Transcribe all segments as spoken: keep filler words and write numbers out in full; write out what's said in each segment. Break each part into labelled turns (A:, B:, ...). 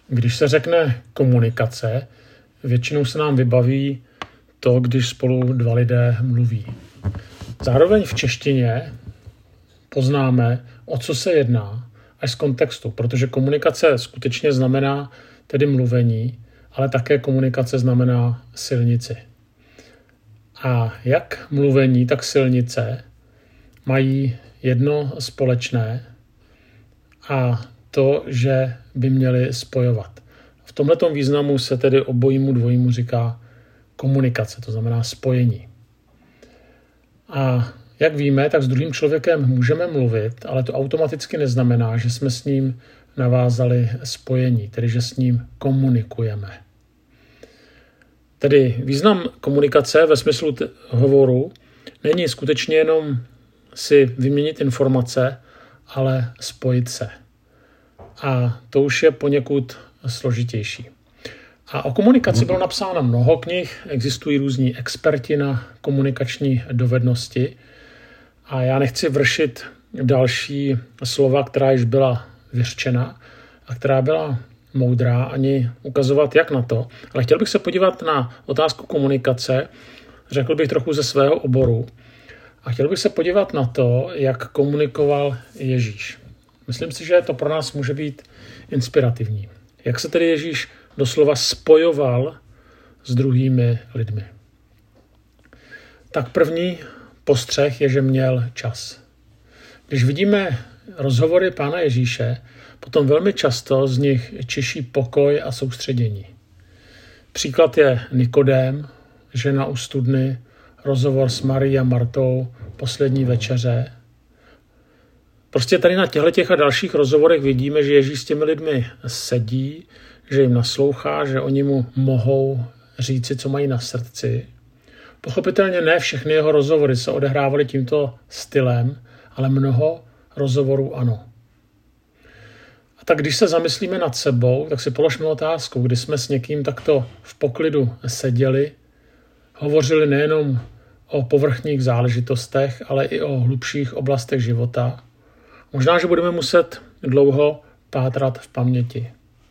A: Když se řekne komunikace, většinou se nám vybaví to, když spolu dva lidé mluví. Zároveň v češtině poznáme, o co se jedná, až z kontextu, protože komunikace skutečně znamená tedy mluvení, ale také komunikace znamená silnici. A jak mluvení, tak silnice mají jedno společné a to, že by měly spojovat. V tomhletom významu se tedy obojímu dvojímu říká komunikace, to znamená spojení. A jak víme, tak s druhým člověkem můžeme mluvit, ale to automaticky neznamená, že jsme s ním navázali spojení, tedy že s ním komunikujeme. Tedy význam komunikace ve smyslu t- hovoru není skutečně jenom si vyměnit informace, ale spojit se. A to už je poněkud složitější. A o komunikaci bylo napsáno mnoho knih, existují různí experti na komunikační dovednosti a já nechci vršit další slova, která již byla vyřčena a která byla moudrá, ani ukazovat, jak na to. Ale chtěl bych se podívat na otázku komunikace, řekl bych trochu ze svého oboru, a chtěl bych se podívat na to, jak komunikoval Ježíš. Myslím si, že to pro nás může být inspirativní. Jak se tedy Ježíš doslova spojoval s druhými lidmi. Tak první postřeh je, že měl čas. Když vidíme rozhovory Pána Ježíše, potom velmi často z nich čiší pokoj a soustředění. Příklad je Nikodém, žena u studny, rozhovor s Marií a Martou, poslední večeře. Prostě tady na těchto a dalších rozhovorech vidíme, že Ježíš s těmi lidmi sedí, že jim naslouchá, že oni mu mohou říci, co mají na srdci. Pochopitelně ne všechny jeho rozhovory se odehrávaly tímto stylem, ale mnoho rozhovorů ano. A tak když se zamyslíme nad sebou, tak si položme otázku, kdy jsme s někým takto v poklidu seděli, hovořili nejenom o povrchních záležitostech, ale i o hlubších oblastech života. Možná, že budeme muset dlouho pátrat v paměti.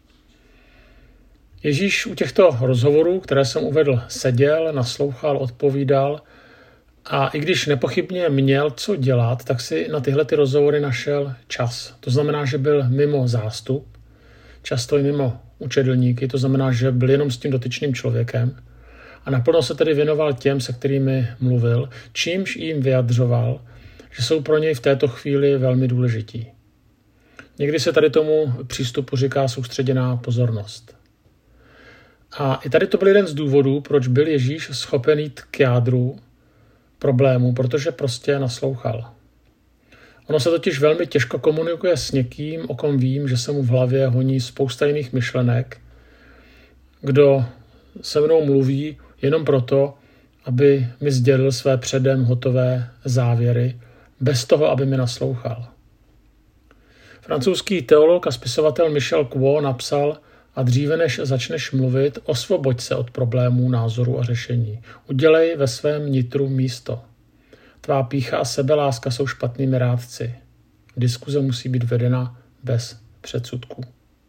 A: Ježíš u těchto rozhovorů, které jsem uvedl, seděl, naslouchal, odpovídal a i když nepochybně měl co dělat, tak si na tyhle ty rozhovory našel čas. To znamená, že byl mimo zástup, často i mimo učedlníky, to znamená, že byl jenom s tím dotyčným člověkem a naplno se tedy věnoval těm, se kterými mluvil, čímž jim vyjadřoval, že jsou pro něj v této chvíli velmi důležití. Někdy se tady tomu přístupu říká soustředěná pozornost. A i tady to byl jeden z důvodů, proč byl Ježíš schopen jít k jádru problému, protože prostě naslouchal. Ono se totiž velmi těžko komunikuje s někým, o kom vím, že se mu v hlavě honí spousta jiných myšlenek, kdo se mnou mluví jenom proto, aby mi sdělil své předem hotové závěry, bez toho, aby mi naslouchal. Francouzský teolog a spisovatel Michel Quo napsal: a dříve než začneš mluvit, osvoboď se od problémů, názorů a řešení. Udělej ve svém nitru místo. Tvá pýcha a sebeláska jsou špatnými rádci. Diskuze musí být vedena bez předsudků.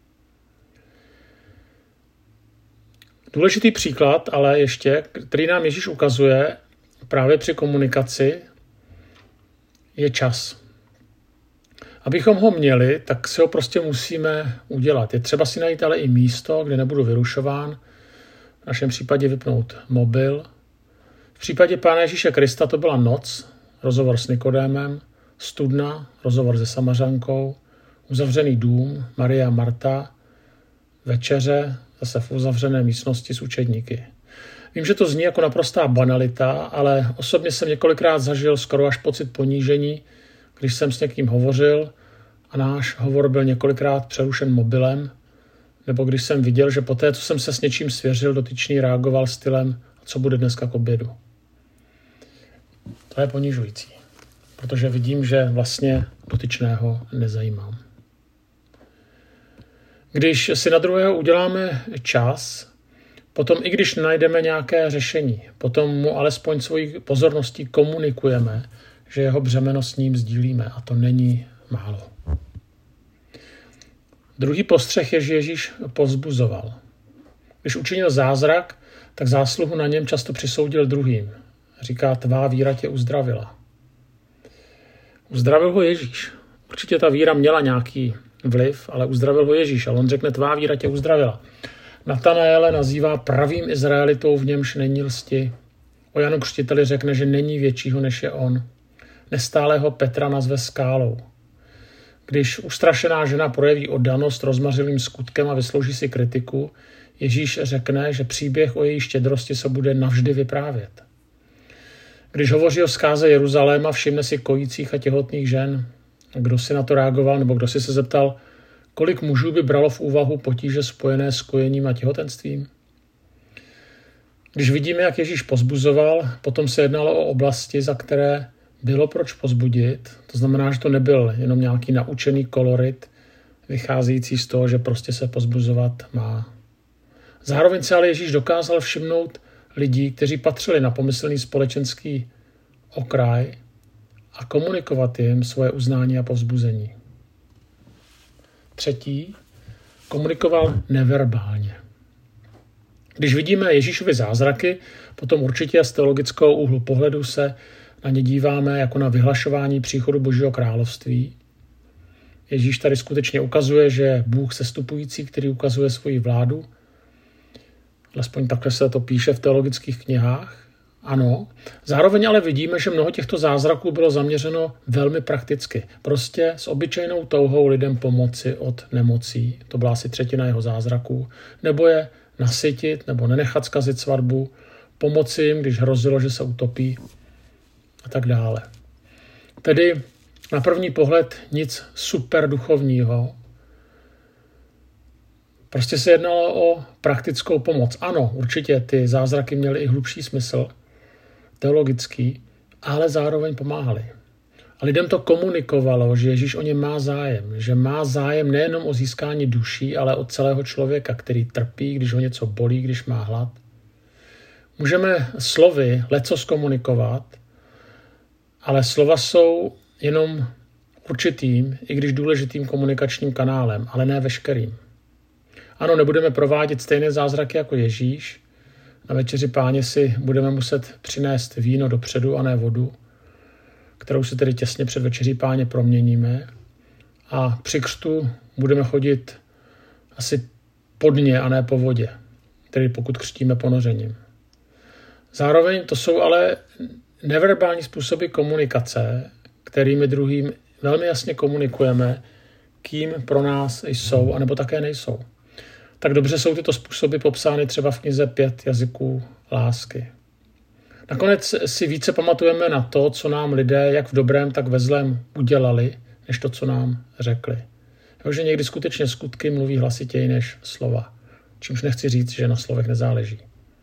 A: Důležitý příklad, ale ještě, který nám Ježíš ukazuje právě při komunikaci, je čas. Abychom ho měli, tak si ho prostě musíme udělat. Je třeba si najít ale i místo, kde nebudu vyrušován. V našem případě vypnout mobil. V případě Pána Ježíše Krista to byla noc, rozhovor s Nikodémem, studna, rozhovor se Samařankou, uzavřený dům, Marie a Marta, večeře, zase v uzavřené místnosti s učedníky. Vím, že to zní jako naprostá banalita, ale osobně jsem několikrát zažil skoro až pocit ponížení, když jsem s někým hovořil a náš hovor byl několikrát přerušen mobilem, nebo když jsem viděl, že poté, co jsem se s něčím svěřil, dotyčný reagoval stylem, a co bude dneska k obědu. To je ponižující, protože vidím, že vlastně dotyčného nezajímám. Když si na druhého uděláme čas, potom i když najdeme nějaké řešení, potom mu alespoň svojí pozorností komunikujeme, že jeho břemeno s ním sdílíme a to není málo. Druhý postřeh je, že Ježíš povzbuzoval. Když učinil zázrak, tak zásluhu na něm často přisoudil druhým. Říká, tvá víra tě uzdravila. Uzdravil ho Ježíš. Určitě ta víra měla nějaký vliv, ale uzdravil ho Ježíš. Ale on řekne, tvá víra tě uzdravila. Natanaele nazývá pravým Izraelitou, v němž není lsti. O Janu Křtiteli řekne, že není většího než je on. Nestálého Petra nazve skálou. Když ustrašená žena projeví oddanost rozmařilým skutkem a vyslouží si kritiku, Ježíš řekne, že příběh o její štědrosti se bude navždy vyprávět. Když hovoří o zkáze Jeruzaléma, všimne si kojících a těhotných žen. Kdo si na to reagoval, nebo kdo si se zeptal, kolik mužů by bralo v úvahu potíže spojené s kojením a těhotenstvím? Když vidíme, jak Ježíš pozbuzoval, potom se jednalo o oblasti, za které bylo proč pozbudit. To znamená, že to nebyl jenom nějaký naučený kolorit, vycházející z toho, že prostě se pozbuzovat má. Zároveň se ale Ježíš dokázal všimnout lidí, kteří patřili na pomyslný společenský okraj a komunikovat jim svoje uznání a povzbuzení. Třetí, komunikoval neverbálně. Když vidíme Ježíšovy zázraky, potom určitě z teologického úhlu pohledu se na ně díváme jako na vyhlašování příchodu Božího království. Ježíš tady skutečně ukazuje, že je Bůh sestupující, který ukazuje svoji vládu. Alespoň takhle se to píše v teologických knihách. Ano. Zároveň ale vidíme, že mnoho těchto zázraků bylo zaměřeno velmi prakticky. Prostě s obyčejnou touhou lidem pomoci od nemocí. To byla asi třetina jeho zázraků. Nebo je nasytit, nebo nenechat zkazit svatbu. Pomoci jim, když hrozilo, že se utopí a tak dále. Tedy na první pohled nic super duchovního. Prostě se jednalo o praktickou pomoc. Ano, určitě ty zázraky měly i hlubší smysl, teologický, ale zároveň pomáhali. A lidem to komunikovalo, že Ježíš o ně má zájem. Že má zájem nejenom o získání duší, ale o celého člověka, který trpí, když ho něco bolí, když má hlad. Můžeme slovy lecos komunikovat, ale slova jsou jenom určitým, i když důležitým komunikačním kanálem, ale ne veškerým. Ano, nebudeme provádět stejné zázraky jako Ježíš. Na večeři Páně si budeme muset přinést víno dopředu a ne vodu, kterou si tedy těsně před večeří Páně proměníme. A při křtu budeme chodit asi po dně a ne po vodě, tedy pokud křtíme ponořením. Zároveň to jsou ale neverbální způsoby komunikace, kterými druhým velmi jasně komunikujeme, kým pro nás jsou, anebo také nejsou. Tak dobře jsou tyto způsoby popsány třeba v knize Pět jazyků lásky. Nakonec si více pamatujeme na to, co nám lidé jak v dobrém, tak ve zlém udělali, než to, co nám řekli. Takže někdy skutečně skutky mluví hlasitěji než slova, čímž nechci říct, že na slovech nezáleží.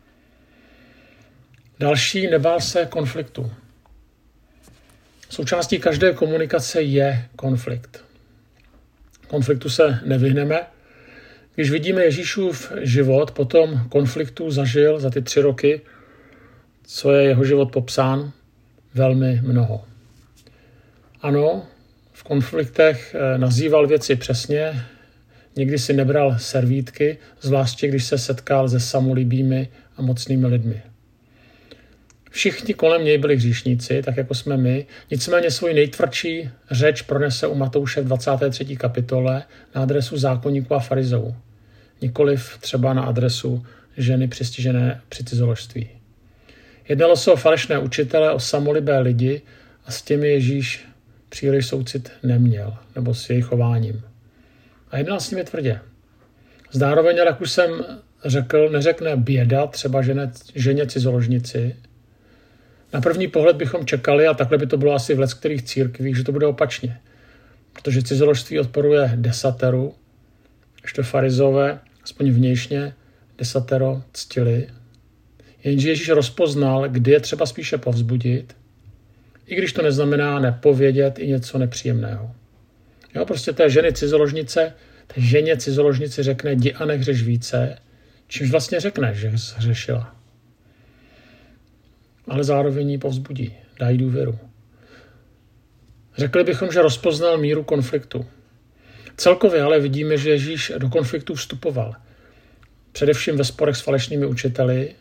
A: Další, nebál se konfliktu. Součástí každé komunikace je konflikt. Konfliktu se nevyhneme. Když vidíme Ježíšův život, potom konfliktů zažil za ty tři roky, co je jeho život popsán, velmi mnoho. Ano, v konfliktech nazýval věci přesně, někdy si nebral servítky, zvláště když se setkal se samolibými a mocnými lidmi. Všichni kolem něj byli hříšníci, tak jako jsme my, nicméně svůj nejtvrdší řeč pronese u Matouše v dvacáté třetí kapitole na adresu zákonníků a farizeů, nikoliv třeba na adresu ženy přistižené při cizoložství. Jednalo se o falešné učitele, o samolibé lidi a s těmi Ježíš příliš soucit neměl, nebo s jejich chováním. A jednal s nimi tvrdě. Zároveň, ale jak už jsem řekl, neřekne běda třeba ženě, ženě cizoložnici. Na první pohled bychom čekali, a takhle by to bylo asi v leckterých církvích, že to bude opačně. Protože cizoložství odporuje desateru, ještě farizové, aspoň vnějšně, desatero ctili. Jenže Ježíš rozpoznal, kdy je třeba spíše povzbudit, i když to neznamená nepovědět i něco nepříjemného. Jo, prostě té ženy cizoložnice, té ženě cizoložnici řekne, jdi a nehřeš více, čímž vlastně řekne, že zhřešila. Ale zároveň ji povzbudí, dá jí důvěru. Řekli bychom, že rozpoznal míru konfliktu. Celkově ale vidíme, že Ježíš do konfliktů vstupoval. Především ve sporech s falešnými učiteli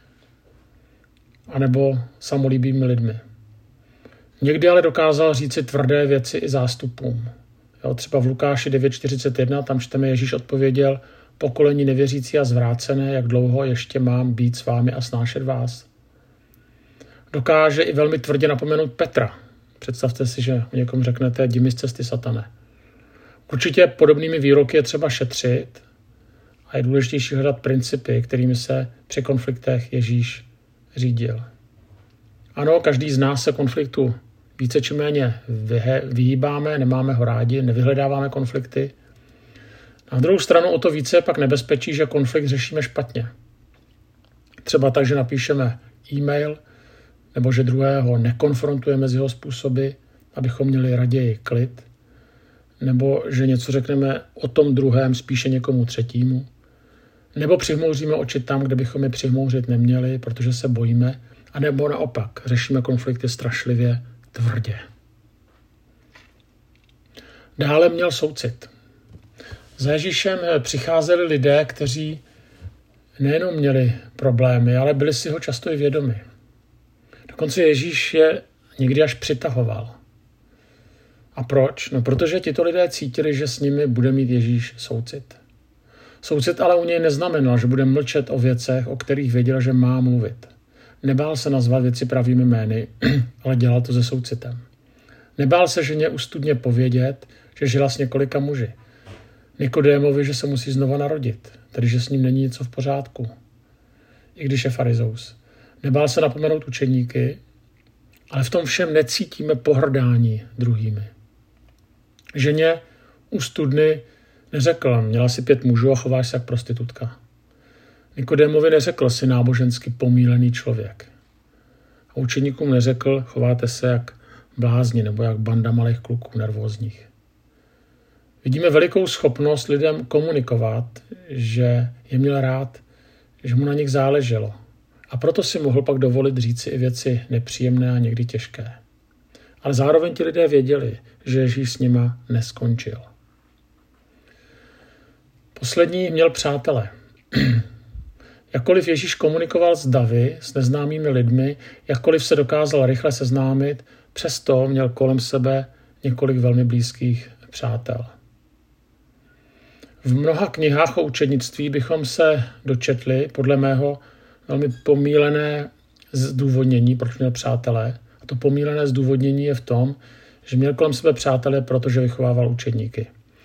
A: anebo samolíbými lidmi. Někdy ale dokázal říci tvrdé věci i zástupům. Jo, třeba v Lukáši devět čtyřicet jedna tam čteme, Ježíš odpověděl: pokolení nevěřící a zvrácené, jak dlouho ještě mám být s vámi a snášet vás. Dokáže i velmi tvrdě napomenout Petra. Představte si, že někomu řeknete: jdi mi z cesty, satane. Určitě podobnými výroky je třeba šetřit a je důležitější hledat principy, kterými se při konfliktech Ježíš řídil. Ano, každý z nás se konfliktu více či méně vyhýbáme, nemáme ho rádi, nevyhledáváme konflikty. Na druhou stranu o to více je pak nebezpečí, že konflikt řešíme špatně. Třeba tak, že napíšeme e-mail, nebo že druhého nekonfrontujeme s jeho způsoby, abychom měli raději klid, nebo že něco řekneme o tom druhém spíše někomu třetímu, nebo přihmouříme oči tam, kde bychom je přihmouřit neměli, protože se bojíme, a nebo naopak řešíme konflikty strašlivě tvrdě. Dále měl soucit. Za Ježíšem přicházeli lidé, kteří nejenom měli problémy, ale byli si ho často i vědomi. Dokonce Ježíš je někdy až přitahoval. A proč? No, protože tito lidé cítili, že s nimi bude mít Ježíš soucit. Soucit ale u něj neznamenal, že bude mlčet o věcech, o kterých věděl, že má mluvit. Nebál se nazvat věci pravými jmény, ale dělal to se soucitem. Nebál se ženě ústudně povědět, že žila s několika muži. Nikodémovi, že se musí znova narodit, tedy že s ním není něco v pořádku, i když je farizeus. Nebál se napomenout učedníky, ale v tom všem necítíme pohrdání druhými. Ženě u studny neřekl: měla si pět mužů a chováš se jak prostitutka. Nikodémovi neřekl: jsi nábožensky pomílený člověk. A učeníkům neřekl: chováte se jak blázni nebo jak banda malých kluků nervózních. Vidíme velikou schopnost lidem komunikovat, že je měl rád, že mu na nich záleželo. A proto si mohl pak dovolit říci i věci nepříjemné a někdy těžké. Ale zároveň ti lidé věděli, že Ježíš s nima neskončil. Poslední měl přátele. Jakkoliv Ježíš komunikoval s davy, s neznámými lidmi, jakkoliv se dokázal rychle seznámit, přesto měl kolem sebe několik velmi blízkých přátel. V mnoha knihách o učednictví bychom se dočetli, podle mého, velmi pomílené zdůvodnění, proč měl přátelé. A to pomílené zdůvodnění je v tom, že měl kolem sebe přátelé, protože vychovával učedníky.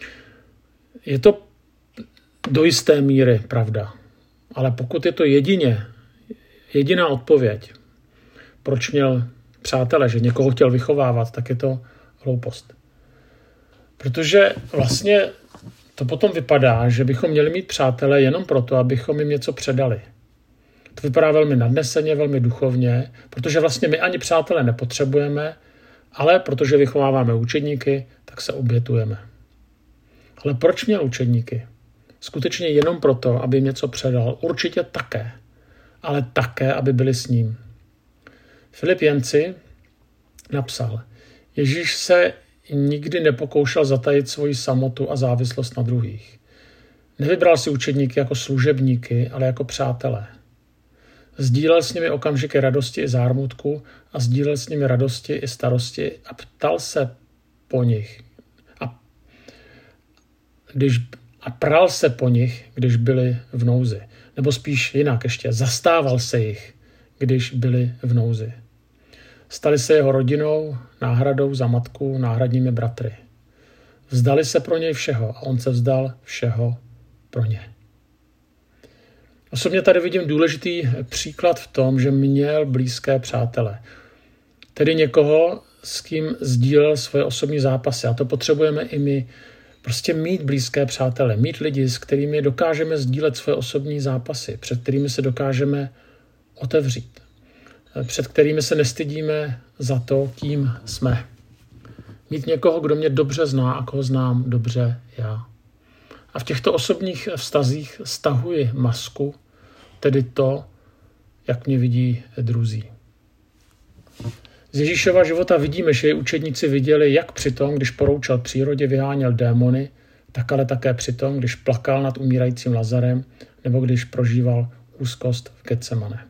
A: Je to do jisté míry pravda. Ale pokud je to jedině, jediná odpověď, proč měl přátele, že někoho chtěl vychovávat, tak je to hloupost. Protože vlastně to potom vypadá, že bychom měli mít přátele jenom proto, abychom jim něco předali. To vypadá velmi nadneseně, velmi duchovně, protože vlastně my ani přátele nepotřebujeme, ale protože vychováváme učedníky, tak se obětujeme. Ale proč měl učedníky? Skutečně jenom proto, aby jim něco předal. Určitě také, ale také, aby byli s ním. Filip Jenci napsal: Ježíš se nikdy nepokoušel zatajit svoji samotu a závislost na druhých. Nevybral si učedníky jako služebníky, ale jako přátelé. Sdílel s nimi okamžiky radosti i zármutku a sdílel s nimi radosti i starosti a ptal se po nich. A, když, a pral se po nich, když byli v nouzi. Nebo spíš jinak ještě, zastával se jich, když byli v nouzi. Stali se jeho rodinou, náhradou za matku, náhradními bratry. Vzdali se pro něj všeho a on se vzdal všeho pro ně. Osobně tady vidím důležitý příklad v tom, že měl blízké přátele. Tedy někoho, s kým sdílel svoje osobní zápasy. A to potřebujeme i my. Prostě mít blízké přátele, mít lidi, s kterými dokážeme sdílet svoje osobní zápasy, před kterými se dokážeme otevřít, před kterými se nestydíme za to, kým jsme. Mít někoho, kdo mě dobře zná a koho znám dobře já. A v těchto osobních vztazích stahuji masku, tedy to, jak mě vidí druzí. Z Ježíšova života vidíme, že jej učedníci viděli, jak při tom, když poroučel přírodě, vyháněl démony, tak ale také při tom, když plakal nad umírajícím Lazarem nebo když prožíval úzkost v Getsemane.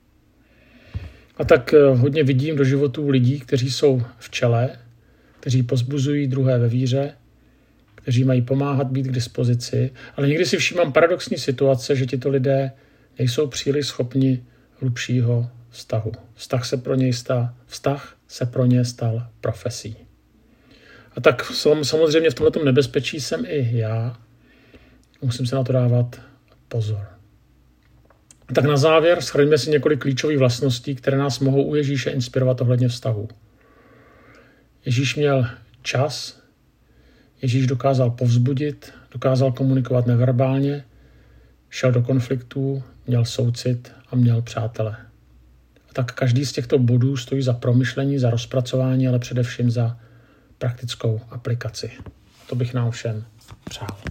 A: A tak hodně vidím do životů lidí, kteří jsou v čele, kteří pozbuzují druhé ve víře, kteří mají pomáhat být k dispozici, ale někdy si všímám paradoxní situace, že tito lidé nejsou příliš schopni hlubšího vztahu. Vztah se pro ně stal, vztah se pro ně stal profesí. A tak samozřejmě v tomto nebezpečí jsem i já. Musím se na to dávat pozor. A tak na závěr shrňme si několik klíčových vlastností, které nás mohou u Ježíše inspirovat ohledně vztahu. Ježíš měl čas, Ježíš dokázal povzbudit, dokázal komunikovat neverbálně, šel do konfliktů, měl soucit a měl přátele. A tak každý z těchto bodů stojí za promyšlení, za rozpracování, ale především za praktickou aplikaci. To bych nám všem přál.